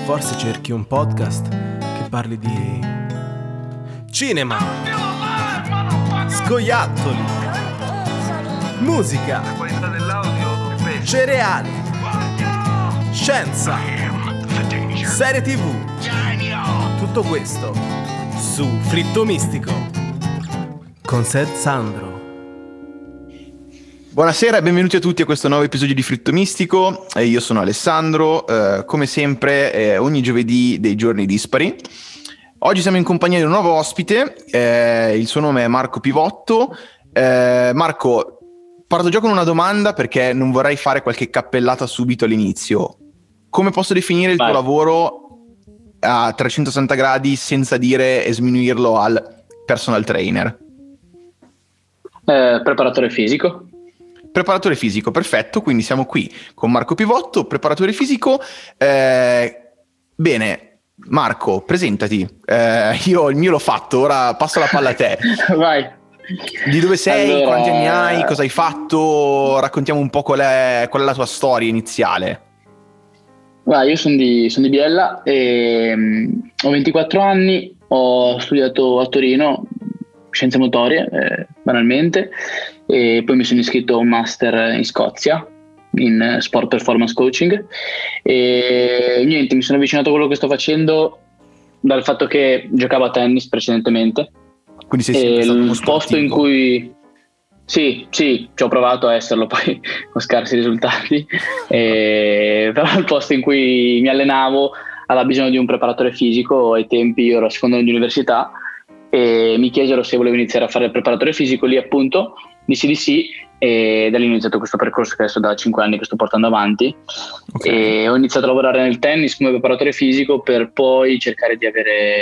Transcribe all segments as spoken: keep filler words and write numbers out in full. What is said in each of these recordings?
forse cerchi un podcast che parli di cinema, scoiattoli, musica, cereali, scienza, serie tv. Tutto questo su Fritto Mistico con Seth Sandro. Buonasera e benvenuti a tutti a questo nuovo episodio di Fritto Mistico. Eh, io sono Alessandro, eh, come sempre eh, ogni giovedì dei giorni dispari. Oggi siamo in compagnia di un nuovo ospite, eh, il suo nome è Marco Pivotto. Eh, Marco, parto già con una domanda perché non vorrei fare qualche cappellata subito all'inizio. Come posso definire il Vai. tuo lavoro a trecentosessanta gradi senza dire e sminuirlo al personal trainer? Eh, preparatore fisico. Preparatore fisico, perfetto, quindi siamo qui con Marco Pivotto, preparatore fisico. Eh, bene, Marco, presentati. Eh, io il mio l'ho fatto, ora passo la palla a te. Vai. Di dove sei, Allora, quanti anni hai, cosa hai fatto? Raccontiamo un po' qual è, qual è la tua storia iniziale. Vai, io sono di, sono di Biella e um, ho ventiquattro anni, ho studiato a Torino scienze motorie, eh, banalmente, e poi mi sono iscritto a un master in Scozia in eh, sport performance coaching e niente, mi sono avvicinato a quello che sto facendo dal fatto che giocavo a tennis precedentemente. Quindi sei sempre e stato uno il posto in sportivo. cui sì, sì, ci ho provato a esserlo poi con scarsi risultati, e, però il posto in cui mi allenavo aveva bisogno di un preparatore fisico. Ai tempi io ero a secondo anno di università e mi chiesero se volevo iniziare a fare il preparatore fisico, lì appunto dissi di sì e da lì ho iniziato questo percorso che adesso da cinque anni che sto portando avanti. Okay. E ho iniziato a lavorare nel tennis come preparatore fisico per poi cercare di avere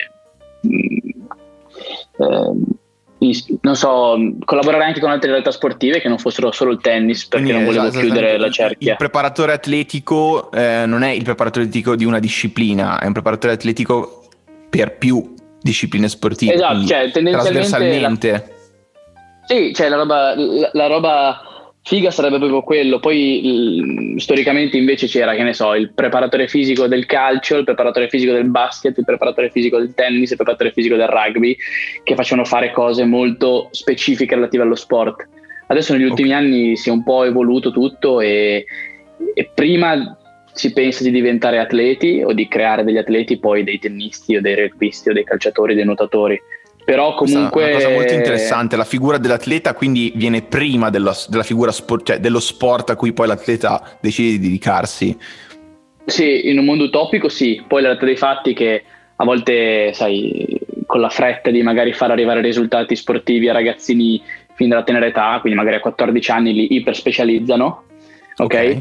mh, eh, non so, collaborare anche con altre realtà sportive che non fossero solo il tennis, perché Quindi, non volevo esatto, chiudere il- la cerchia. Il preparatore atletico eh, non è il preparatore atletico di una disciplina, è un preparatore atletico per più discipline sportive, Esatto, quindi cioè tendenzialmente trasversalmente. la, sì, cioè la roba, la, la roba figa sarebbe proprio quello. Poi l- storicamente invece c'era, che ne so, il preparatore fisico del calcio, il preparatore fisico del basket, il preparatore fisico del tennis, il preparatore fisico del rugby, che facevano fare cose molto specifiche relative allo sport. Adesso negli ultimi Ok. anni si è un po' evoluto tutto e, e prima si pensa di diventare atleti o di creare degli atleti, poi dei tennisti o dei rugbisti o dei calciatori, dei nuotatori. Però Questa comunque è una cosa molto interessante, la figura dell'atleta quindi viene prima della, della figura sport, cioè dello sport a cui poi l'atleta decide di dedicarsi. sì, in un mondo utopico sì, poi la realtà dei fatti è che a volte, sai, con la fretta di magari far arrivare risultati sportivi a ragazzini fin dalla tenera età, quindi magari a quattordici anni li iperspecializzano, ok? Ok.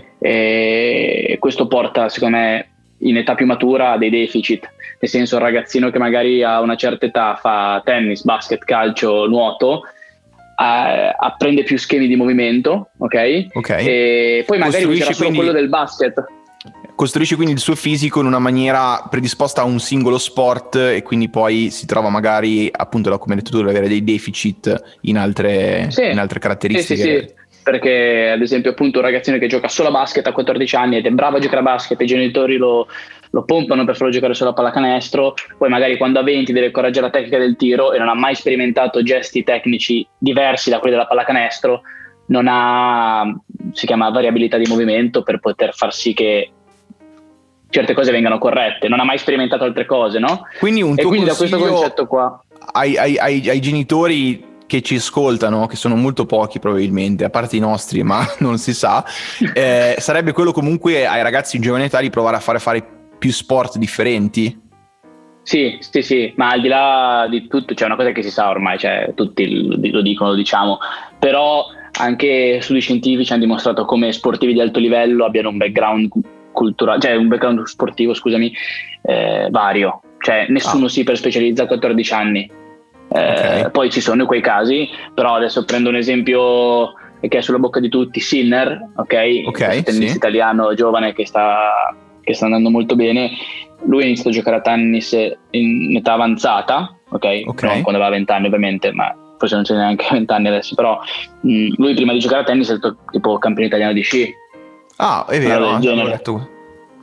E questo porta, secondo me, in età più matura a dei deficit, nel senso, il ragazzino che magari a una certa età fa tennis, basket, calcio, nuoto, eh, apprende più schemi di movimento, ok? Ok. E poi magari Costruisci userà solo quindi- quello del basket. Costruisce quindi il suo fisico in una maniera predisposta a un singolo sport e quindi poi si trova magari, appunto, come hai detto tu, ad avere dei deficit in altre, Sì, in altre caratteristiche. sì, sì, sì. Perché ad esempio appunto un ragazzino che gioca solo a basket a quattordici anni ed è bravo a giocare a basket e i genitori lo, lo pompano per farlo giocare solo a pallacanestro, poi magari quando ha venti deve correggere la tecnica del tiro e non ha mai sperimentato gesti tecnici diversi da quelli della pallacanestro, non ha, si chiama variabilità di movimento per poter far sì che certe cose vengano corrette, non ha mai sperimentato altre cose, no? Quindi un E tuo quindi da questo consiglio concetto qua ai, ai- ai- ai genitori che ci ascoltano, che sono molto pochi probabilmente, a parte i nostri, ma non si sa, eh, sarebbe quello comunque ai ragazzi in giovane età di provare a fare fare più sport differenti. Sì, sì, sì, ma al di là di tutto c'è una cosa che si sa ormai, cioè tutti lo lo dicono, lo diciamo, però anche studi scientifici hanno dimostrato come sportivi di alto livello abbiano un background culturale, cioè un background sportivo, scusami, eh, vario, cioè nessuno Ah. si iperspecializza a quattordici anni. Eh, Ok. Poi ci sono quei casi, però adesso prendo un esempio che è sulla bocca di tutti, Sinner, ok? Ok, Questo tennista sì. italiano giovane che sta, che sta andando molto bene. Lui ha iniziato a giocare a tennis in età avanzata, ok? Ok. Non quando aveva venti anni ovviamente, ma forse non c'è neanche venti anni adesso, però mh, lui prima di giocare a tennis è stato tipo campione italiano di sci, Ah, è una vero, roba del avevo genere. letto.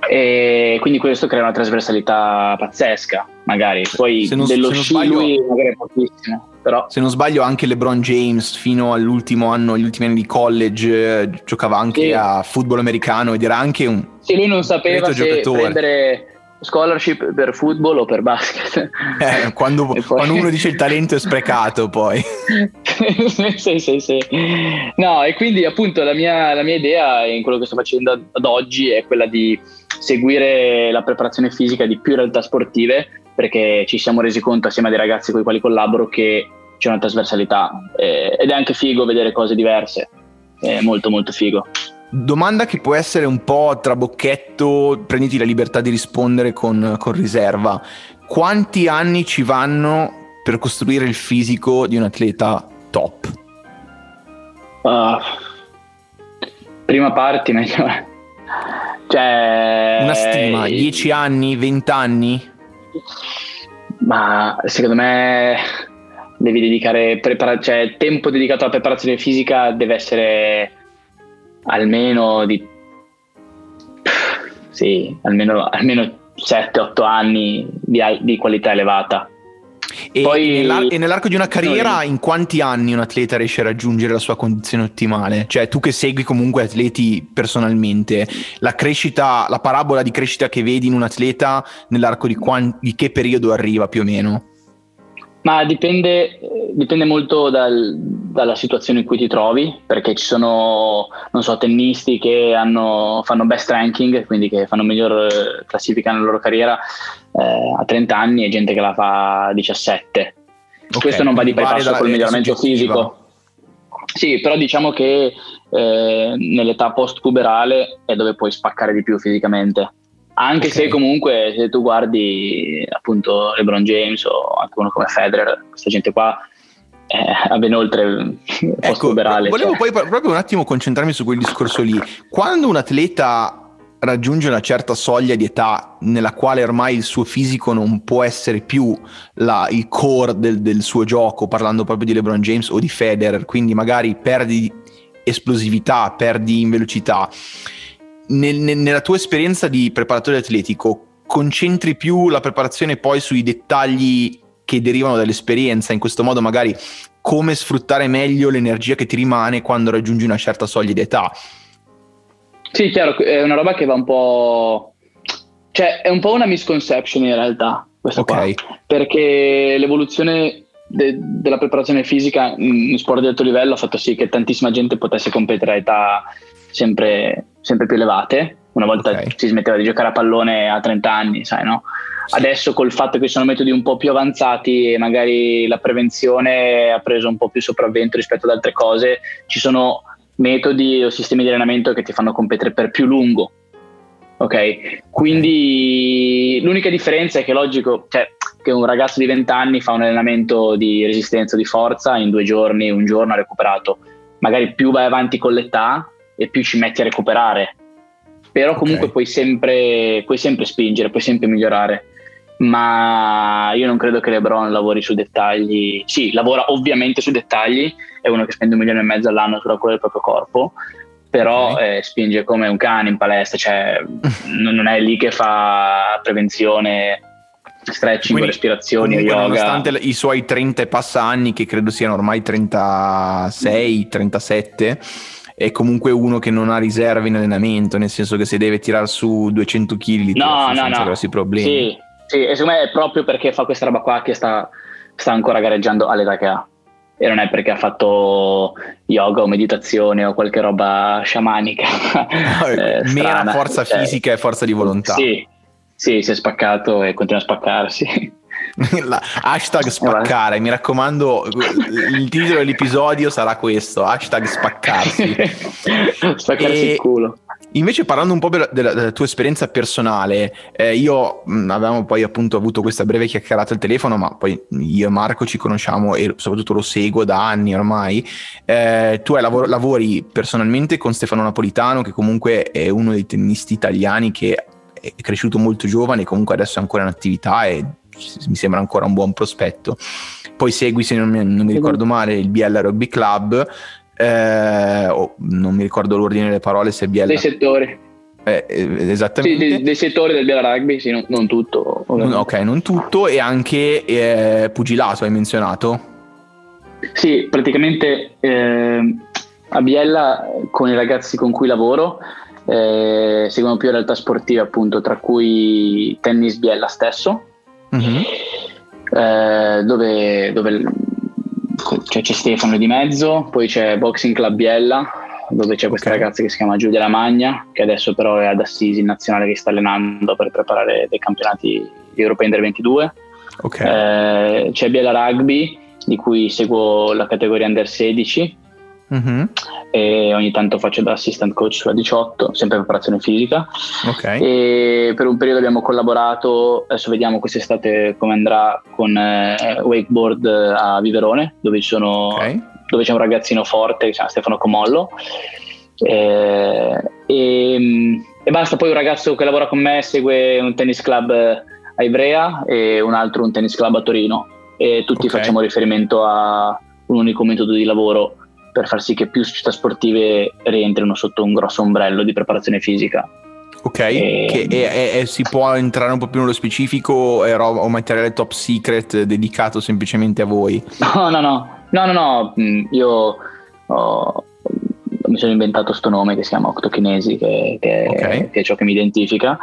e quindi questo crea una trasversalità pazzesca, magari poi se non, dello se non sci sbaglio, lui magari è pochissimo, però se non sbaglio anche LeBron James fino all'ultimo anno, gli ultimi anni di college, eh, giocava anche sì, a football americano ed era anche un sì, lui non sapeva completo se giocatore. prendere scholarship per football o per basket. Eh, quando, poi... quando uno dice il talento è sprecato poi. sì, sì, sì. No, e quindi appunto la mia, la mia idea in quello che sto facendo ad, ad oggi è quella di seguire la preparazione fisica di più realtà sportive, perché ci siamo resi conto assieme a dei ragazzi con i quali collaboro che c'è una trasversalità, eh, ed è anche figo vedere cose diverse, è molto molto figo. Domanda che può essere un po' trabocchetto, prenditi la libertà di rispondere con, con riserva. Quanti anni ci vanno per costruire il fisico di un atleta top? Uh, prima parti meglio. Cioè, una stima, dieci anni, venti anni? Ma secondo me devi dedicare prepara- cioè tempo dedicato alla preparazione fisica deve essere almeno di sì, almeno, almeno sette otto anni di, di qualità elevata. E, Poi, nell'ar- e nell'arco di una carriera, in quanti anni un atleta riesce a raggiungere la sua condizione ottimale? Cioè, tu che segui comunque atleti personalmente, la crescita, la parabola di crescita che vedi in un atleta nell'arco di, quan- di che periodo arriva più o meno? Ma dipende, dipende molto dal, dalla situazione in cui ti trovi, perché ci sono, non so, tennisti che hanno, fanno best ranking, quindi che fanno miglior classifica nella loro carriera eh, a trenta anni, e gente che la fa a diciassette. Okay, questo non va di pari passo col miglioramento fisico. Sì, però diciamo che eh, nell'età post-puberale è dove puoi spaccare di più fisicamente. Anche okay, se comunque se tu guardi appunto LeBron James o anche uno come Federer, questa gente qua eh, ha ben oltre il ecco, post-puberale. Volevo cioè. poi proprio un attimo concentrarmi su quel discorso lì. Quando un atleta raggiunge una certa soglia di età nella quale ormai il suo fisico non può essere più la, il core del, del suo gioco, parlando proprio di LeBron James o di Federer, quindi magari perdi esplosività, perdi in velocità. Nel, nel, nella tua esperienza di preparatore atletico, concentri più la preparazione poi sui dettagli che derivano dall'esperienza, in questo modo magari come sfruttare meglio l'energia che ti rimane quando raggiungi una certa soglia di età? Sì, chiaro, è una roba che va un po'... cioè è un po' una misconception in realtà, questa okay, qua, perché l'evoluzione de- della preparazione fisica in sport di alto livello ha fatto sì che tantissima gente potesse competere a età sempre, sempre più elevate. Una volta okay, si smetteva di giocare a pallone a trenta anni, sai, no? Sì. Adesso col fatto che ci sono metodi un po' più avanzati e magari la prevenzione ha preso un po' più sopravvento rispetto ad altre cose, ci sono metodi o sistemi di allenamento che ti fanno competere per più lungo. Ok? Quindi okay, l'unica differenza è che logico, cioè che un ragazzo di venti anni fa un allenamento di resistenza o di forza in due giorni, un giorno ha recuperato. Magari più vai avanti con l'età e più ci metti a recuperare, però comunque okay, puoi sempre puoi sempre spingere, puoi sempre migliorare. Ma io non credo che LeBron lavori su dettagli. Sì, lavora ovviamente su dettagli, è uno che spende un milione e mezzo all'anno sulla cura del proprio corpo, però okay, eh, spinge come un cane in palestra, cioè non è lì che fa prevenzione, stretching, quindi, respirazioni o yoga. Nonostante i suoi trenta e passa anni, che credo siano ormai trentasei trentasette, è comunque uno che non ha riserve in allenamento, nel senso che se deve tirare su duecento chili li tira no, su no, senza no. grossi problemi. Sì, sì, e secondo me è proprio perché fa questa roba qua che sta, sta ancora gareggiando all'età che ha, e non è perché ha fatto yoga o meditazione o qualche roba sciamanica eh, mera forza cioè, fisica e forza di volontà. Sì, sì, si è spaccato e continua a spaccarsi. La, hashtag spaccare, mi raccomando, il titolo dell'episodio sarà questo, hashtag spaccarsi. Spaccarsi e il culo. Invece, parlando un po' della, della, della tua esperienza personale, eh, io mh, avevamo poi appunto avuto questa breve chiacchierata al telefono, ma poi io e Marco ci conosciamo e soprattutto lo seguo da anni ormai. Eh, tu hai lavoro, lavori personalmente con Stefano Napolitano, che comunque è uno dei tennisti italiani che è cresciuto molto giovane e comunque adesso è ancora in attività e mi sembra ancora un buon prospetto. Poi segui, se non mi, non mi ricordo male, il B L Rugby Club, eh, oh, non mi ricordo l'ordine delle parole, se B L... Dei settori. Eh, eh, esattamente. Sì, dei, dei settori del Biella Rugby, sì, non, non tutto. Ovviamente. Ok, non tutto, e anche eh, pugilato hai menzionato? Sì, praticamente eh, a Biella con i ragazzi con cui lavoro eh, seguono più realtà sportive, appunto, tra cui Tennis Biella stesso, Mm-hmm. eh, dove, dove cioè, c'è Stefano di mezzo, poi c'è Boxing Club Biella, dove c'è questa Ok. ragazza che si chiama Giulia Lamagna, che adesso però è ad Assisi in nazionale, che sta allenando per preparare dei campionati europei under ventidue. Ok. Eh, c'è Biella Rugby, di cui seguo la categoria under sedici, Mm-hmm. e ogni tanto faccio da assistant coach sulla diciotto, sempre preparazione fisica. Ok. E per un periodo abbiamo collaborato, adesso vediamo quest'estate come andrà, con eh, wakeboard a Viverone, dove ci sono Ok. dove c'è un ragazzino forte che si chiama Stefano Comollo, eh, e, e basta. Poi un ragazzo che lavora con me segue un tennis club a Ivrea e un altro un tennis club a Torino, e tutti Ok. facciamo riferimento a un unico metodo di lavoro per far sì che più società sportive rientrino sotto un grosso ombrello di preparazione fisica. Ok, E- che è- è- è- si può entrare un po' più nello specifico, è roba o materiale top secret dedicato semplicemente a voi? No, no, no, no, no, no. mm, Io ho- mi sono inventato sto nome che si chiama Octokinesi, che, che, Ok. che è ciò che mi identifica.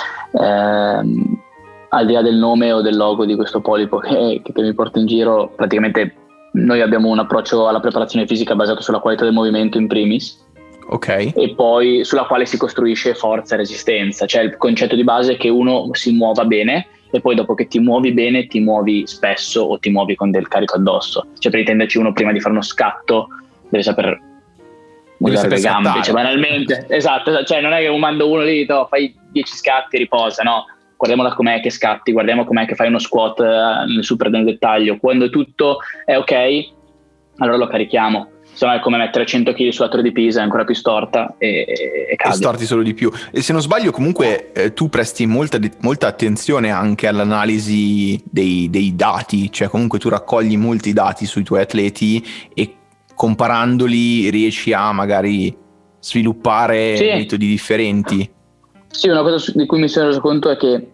Ehm, al di là del nome o del logo di questo polipo che, che mi porta in giro, praticamente noi abbiamo un approccio alla preparazione fisica basato sulla qualità del movimento in primis, Ok. e poi sulla quale si costruisce forza e resistenza. Cioè il concetto di base è che uno si muova bene, e poi dopo che ti muovi bene ti muovi spesso o ti muovi con del carico addosso. Cioè, per intenderci, uno prima di fare uno scatto deve saper Deve usare saper le gambe, scattare. cioè banalmente. Esatto, cioè non è che mando uno lì, to, fai dieci scatti e riposa, no. Guardiamola com'è che scatti, guardiamo com'è che fai uno squat eh, nel super nel dettaglio. Quando tutto è ok, allora lo carichiamo. Se no è come mettere cento chili sulla torre di Pisa, è ancora più storta e, e E cade. storti solo di più. E se non sbaglio, comunque, eh, tu presti molta, molta attenzione anche all'analisi dei, dei dati, cioè comunque tu raccogli molti dati sui tuoi atleti e comparandoli riesci a magari sviluppare Sì. metodi differenti. Sì, una cosa su- di cui mi sono reso conto è che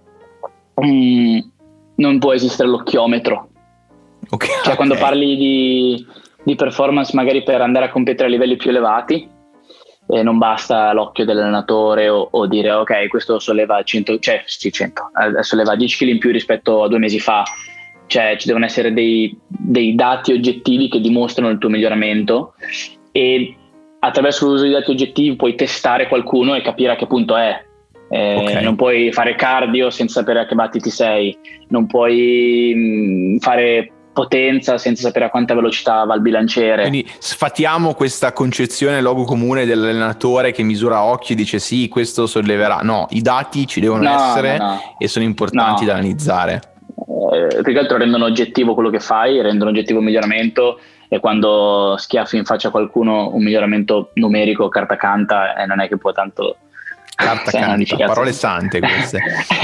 mm, non può esistere l'occhiometro. Ok. Cioè, quando ok. parli di, di performance magari per andare a competere a livelli più elevati, eh, non basta l'occhio dell'allenatore o, o dire ok, questo solleva cento, cioè sì, cento, adesso solleva dieci chili in più rispetto a due mesi fa. Cioè, ci devono essere dei, dei dati oggettivi che dimostrano il tuo miglioramento, e attraverso l'uso di dati oggettivi puoi testare qualcuno e capire a che punto è. Eh, Ok. Non puoi fare cardio senza sapere a che battiti sei, non puoi mh, fare potenza senza sapere a quanta velocità va il bilanciere. Quindi sfatiamo questa concezione logo comune dell'allenatore che misura a occhio e dice sì, questo solleverà. No, i dati ci devono No, essere no, no. e sono importanti No. da analizzare. Eh, più che altro rendono oggettivo quello che fai, rendono oggettivo il miglioramento, e quando schiaffi in faccia a qualcuno un miglioramento numerico carta canta, eh, non è che può tanto Carta Cioè, non dici canta, cazzo. parole sante queste.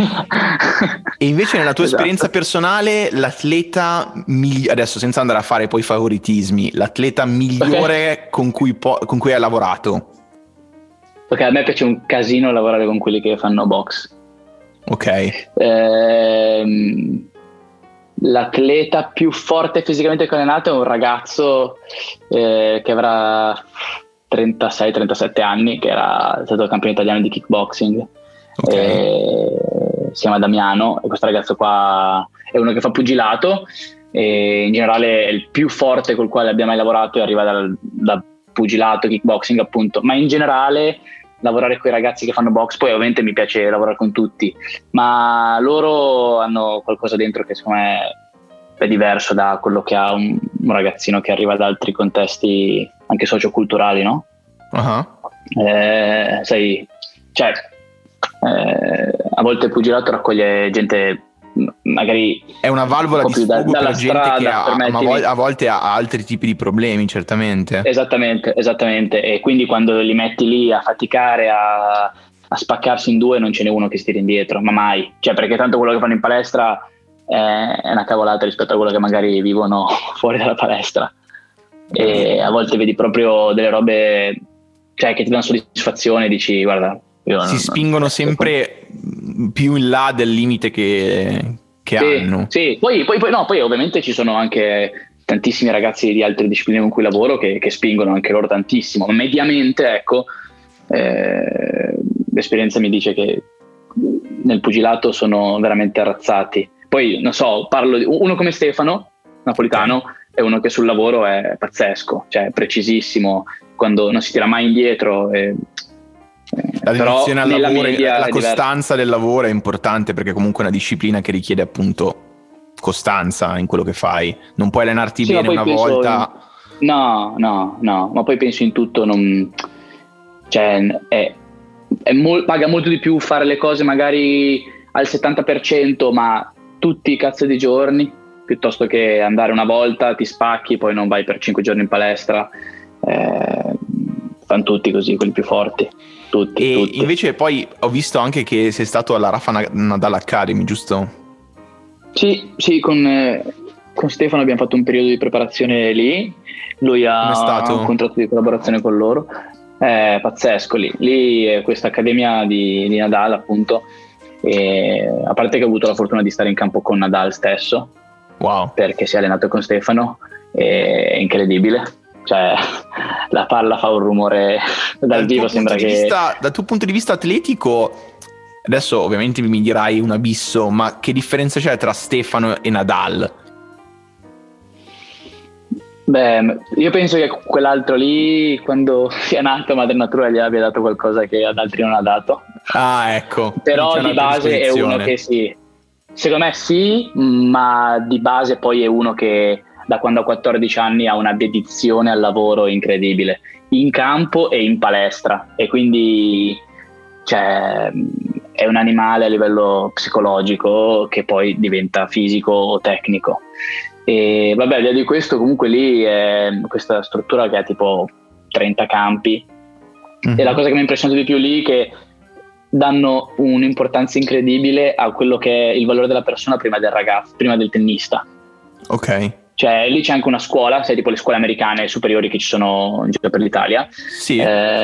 E invece nella tua Esatto. esperienza personale, l'atleta migliore, adesso senza andare a fare poi favoritismi, l'atleta migliore con cui, po- con cui hai lavorato? Perché a me piace un casino lavorare con quelli che fanno box. Ok. Ehm, l'atleta più forte fisicamente che ho allenato è un ragazzo eh, che avrà trentasei trentasette anni, che era stato campione italiano di kickboxing. Ok. Eh, si chiama Damiano, e questo ragazzo qua è uno che fa pugilato, e in generale è il più forte col quale abbia mai lavorato, e arriva dal, da pugilato, kickboxing appunto, ma in generale lavorare con i ragazzi che fanno box, poi ovviamente mi piace lavorare con tutti, ma loro hanno qualcosa dentro che secondo me è diverso da quello che ha un, un ragazzino che arriva da altri contesti anche socioculturali, no? Uh-huh. Eh, sai, cioè eh, a volte il pugilato raccoglie gente magari È una valvola un po' di più da- sfogo dalla per gente strada, che ha, ma a permettimi. vol- a volte ha altri tipi di problemi, certamente. Esattamente, esattamente. E quindi quando li metti lì a faticare, a, a spaccarsi in due, non ce n'è uno che si tira indietro, ma mai. Cioè, perché tanto quello che fanno in palestra è, è una cavolata rispetto a quello che magari vivono fuori dalla palestra. E a volte vedi proprio delle robe, cioè, che ti danno soddisfazione, dici guarda, Io si non, spingono non... sempre più in là del limite che, che sì, hanno. Sì, poi, poi, poi, no, poi ovviamente ci sono anche tantissimi ragazzi di altre discipline con cui lavoro che, che spingono anche loro tantissimo. Mediamente, ecco, eh, l'esperienza mi dice che nel pugilato sono veramente arrazzati. Poi, non so, parlo di uno come Stefano Napolitano, okay. È uno che sul lavoro è pazzesco, cioè precisissimo, quando non si tira mai indietro. E, la dedizione al lavoro, la costanza diversa. del lavoro è importante, perché comunque è una disciplina che richiede appunto costanza in quello che fai. Non puoi allenarti sì, bene una volta. In... No, no, no, ma poi penso in tutto, non... cioè è, è mol... paga molto di più fare le cose magari al settanta per cento, ma tutti i cazzo di giorni, piuttosto che andare una volta, ti spacchi, poi non vai per cinque giorni in palestra. Eh, fanno tutti così, quelli più forti. Tutti, e tutti. Invece poi ho visto anche che sei stato alla Rafa Nadal Academy, giusto? Sì, sì, con, eh, con Stefano abbiamo fatto un periodo di preparazione lì. Lui ha un contratto di collaborazione con loro. È pazzesco lì. Lì è questa accademia di, di Nadal, appunto. E, a parte che ho avuto la fortuna di stare in campo con Nadal stesso. Wow. Perché si è allenato con Stefano. È incredibile. Cioè, la palla fa un rumore dal, dal vivo, sembra che... Vista, dal tuo punto di vista atletico, adesso ovviamente mi dirai un abisso, ma che differenza c'è tra Stefano e Nadal? Beh, io penso che quell'altro lì, quando sia nato, madre natura gli abbia dato qualcosa che ad altri non ha dato. Ah, ecco. Però di base è uno che sì, secondo me sì, ma di base poi è uno che da quando ha quattordici anni ha una dedizione al lavoro incredibile, in campo e in palestra, e quindi cioè, è un animale a livello psicologico che poi diventa fisico o tecnico. E vabbè, al di là di questo, comunque lì è questa struttura che ha tipo trenta campi. Mm-hmm. E la cosa che mi ha impressionato di più lì è che danno un'importanza incredibile a quello che è il valore della persona prima del ragazzo, prima del tennista. Ok. Cioè lì c'è anche una scuola, sai, tipo le scuole americane superiori che ci sono in giro per l'Italia. Sì.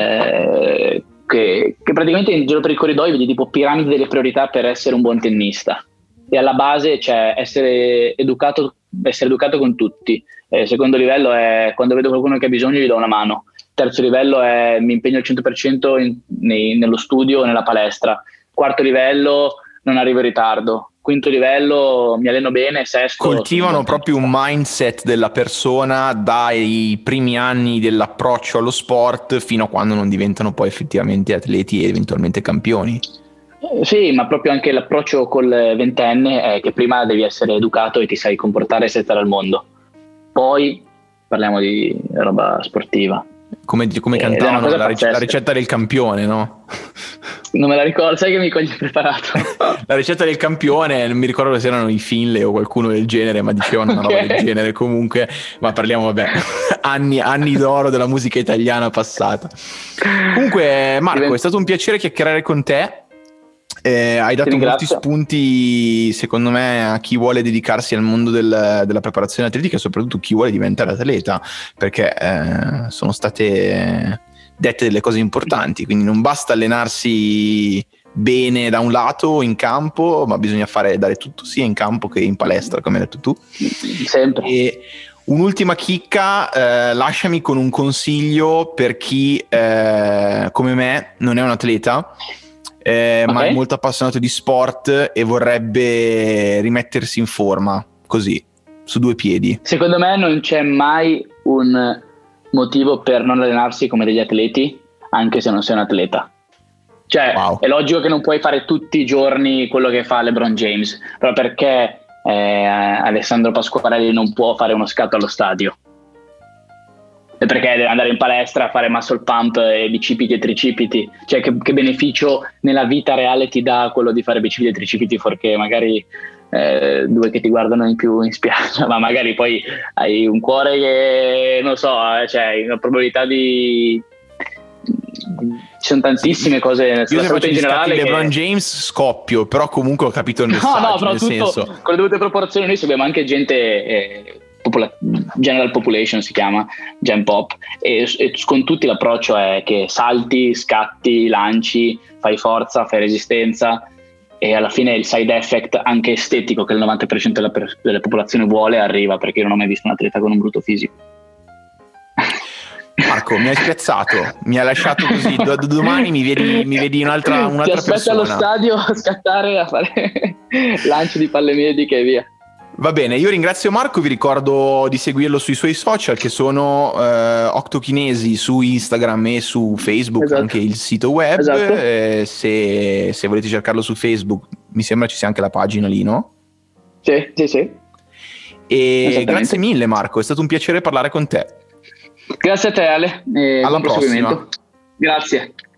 Eh, che, che praticamente in giro per i corridoi vedi tipo piramidi delle priorità per essere un buon tennista. E alla base c'è essere educato, essere educato con tutti. Eh, secondo livello è quando vedo qualcuno che ha bisogno gli do una mano. Terzo livello è mi impegno al cento per cento in, nei, nello studio o nella palestra. Quarto livello non arrivo in ritardo. Quinto livello mi alleno bene. Sesto, coltivano proprio un mindset della persona dai primi anni dell'approccio allo sport fino a quando non diventano poi effettivamente atleti e eventualmente campioni. Sì, ma proprio anche l'approccio col ventenne è che prima devi essere educato e ti sai comportare e stare al mondo. Poi parliamo di roba sportiva. Come, come cantavano la, la ricetta del campione, no? Non me la ricordo, sai che mi cogli preparato. La ricetta del campione, non mi ricordo se erano i Finlay o qualcuno del genere, ma dicevano una okay. roba del genere comunque. Ma parliamo, vabbè, anni, anni d'oro della musica italiana passata. Comunque Marco, è stato un piacere chiacchierare con te. Eh, hai dato molti spunti secondo me a chi vuole dedicarsi al mondo del, della preparazione atletica e soprattutto chi vuole diventare atleta, perché eh, sono state dette delle cose importanti, quindi non basta allenarsi bene da un lato in campo, ma bisogna fare dare tutto sia in campo che in palestra, come hai detto tu. Sempre. E un'ultima chicca, eh, lasciami con un consiglio per chi eh, come me non è un atleta, Eh, okay. ma è molto appassionato di sport e vorrebbe rimettersi in forma così, su due piedi. Secondo me non c'è mai un motivo per non allenarsi come degli atleti, anche se non sei un atleta. Cioè wow. È logico che non puoi fare tutti i giorni quello che fa LeBron James, però perché eh, Alessandro Pasquarelli non può fare uno scatto allo stadio? E perché deve andare in palestra a fare muscle pump e bicipiti e tricipiti? Cioè che, che beneficio nella vita reale ti dà quello di fare bicipiti e tricipiti, fuorché magari eh, due che ti guardano in più in spiaggia, ma magari poi hai un cuore che non so, cioè hai una probabilità di... ci sono tantissime cose sulla salute in generale che... LeBron che... James scoppio, però comunque ho capito il messaggio. No, no, però nel tutto senso... con le dovute proporzioni. Noi seguiamo anche gente... Eh, popola- general population si chiama Gen Pop, e, e con tutti l'approccio è che salti, scatti, lanci, fai forza, fai resistenza, e alla fine il side effect anche estetico che il novanta per cento della, per- della popolazione vuole arriva, perché io non ho mai visto un atleta con un brutto fisico. Marco, mi hai spiazzato, mi hai lasciato così. Do- domani mi vedi, mi vedi un'altra, un'altra Ti aspetta persona. allo stadio a scattare, a fare lancio di palle mediche e via. Va bene, io ringrazio Marco, vi ricordo di seguirlo sui suoi social che sono eh, Octokinesi su Instagram e su Facebook, Esatto. anche il sito web. Esatto. Eh, se, se volete cercarlo su Facebook, mi sembra ci sia anche la pagina lì, no? Sì, sì, sì. E grazie mille Marco, è stato un piacere parlare con te. Grazie a te Ale, e Alla buon proseguimento. prossima. Grazie.